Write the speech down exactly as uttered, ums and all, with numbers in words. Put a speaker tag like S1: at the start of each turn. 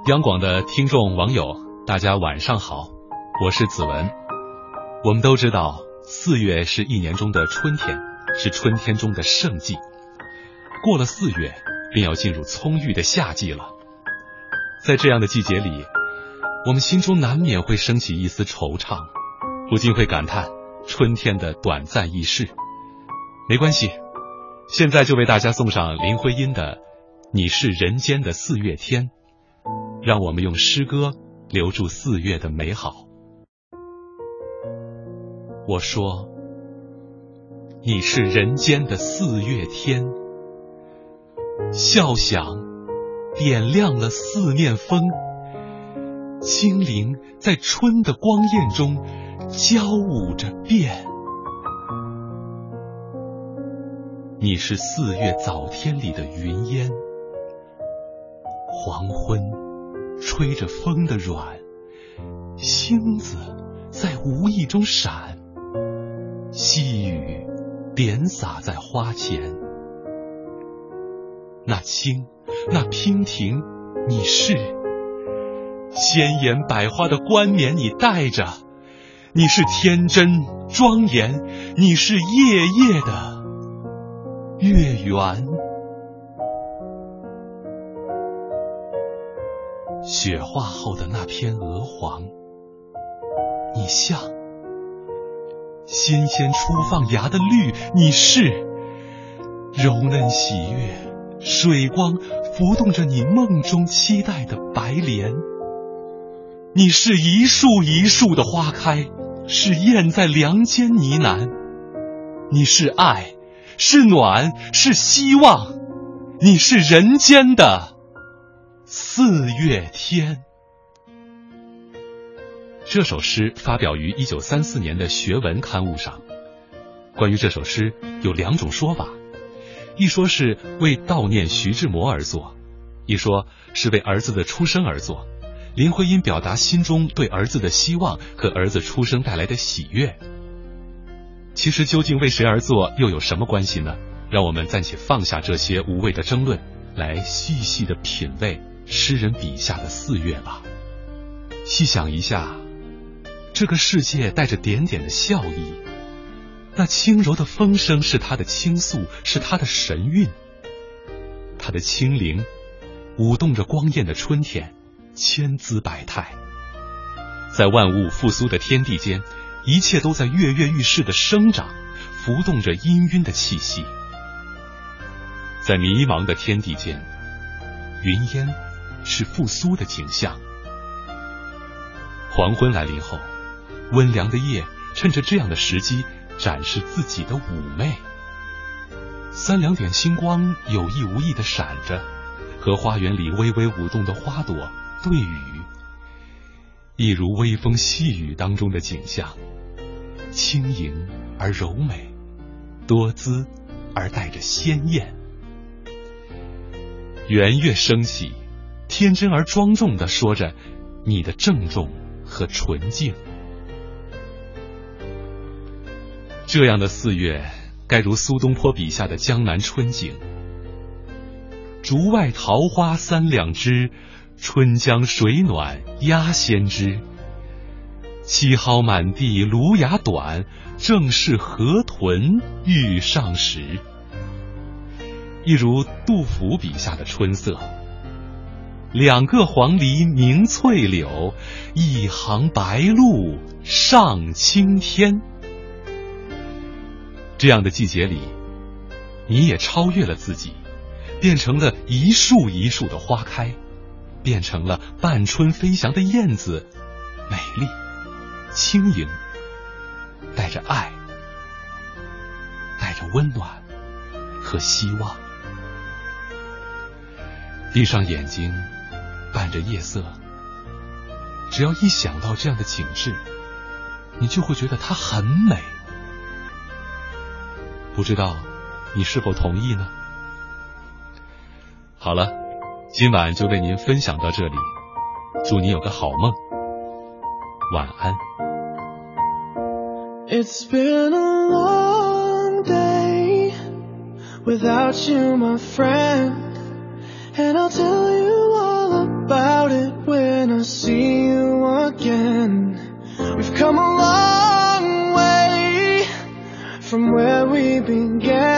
S1: 央广的听众网友，大家晚上好，我是子文。我们都知道，四月是一年中的春天，是春天中的盛季。过了四月，便要进入葱郁的夏季了。在这样的季节里，我们心中难免会升起一丝惆怅，不禁会感叹春天的短暂易逝。没关系，现在就为大家送上林徽因的《你是人间的四月天》，让我们用诗歌留住四月的美好。我说，你是人间的四月天，笑响点亮了四面风，精灵在春的光艳中交舞着变。你是四月早天里的云烟，黄昏吹着风的软，星子在无意中闪，细雨点洒在花前。那青，那娉婷，你是千言百花的冠冕，你戴着，你是天真庄严，你是夜夜的月圆。雪化后的那片鹅黄，你像新鲜初放芽的绿，你是柔嫩喜悦，水光浮动着你梦中期待的白莲。你是一树一树的花开，是燕在梁间呢喃。你是爱，是暖，是希望，你是人间的四月天。这首诗发表于一九三四年的《学文》刊物上。关于这首诗有两种说法，一说是为悼念徐志摩而作，一说是为儿子的出生而作。林徽因表达心中对儿子的希望和儿子出生带来的喜悦。其实究竟为谁而作又有什么关系呢？让我们暂且放下这些无谓的争论，来细细的品味诗人笔下的四月吧。细想一下，这个世界带着点点的笑意，那轻柔的风声是他的倾诉，是他的神韵。他的清灵舞动着光艳的春天，千姿百态。在万物复苏的天地间，一切都在跃跃欲试的生长，浮动着氤氲的气息。在迷茫的天地间，云烟是复苏的景象。黄昏来临后，温凉的夜趁着这样的时机展示自己的妩媚。三两点星光有意无意地闪着，和花园里微微舞动的花朵对语，一如微风细雨当中的景象，轻盈而柔美，多姿而带着鲜艳。圆月升起，天真而庄重地说着你的郑重和纯净。这样的四月，该如苏东坡笔下的江南春景。竹外桃花三两枝，春江水暖鸭先知。气蒿满地芦芽短，正是河豚欲上时。一如杜甫笔下的春色。两个黄鹂鸣翠柳，一行白鹭上青天。这样的季节里，你也超越了自己，变成了一树一树的花开，变成了半春飞翔的燕子，美丽轻盈，带着爱，带着温暖和希望。闭上眼睛，伴着夜色，只要一想到这样的景致，你就会觉得它很美。不知道你是否同意呢？好了，今晚就为您分享到这里，祝您有个好梦，晚安。
S2: It's been a long day without you, my friend, and I'll tell you all about it began.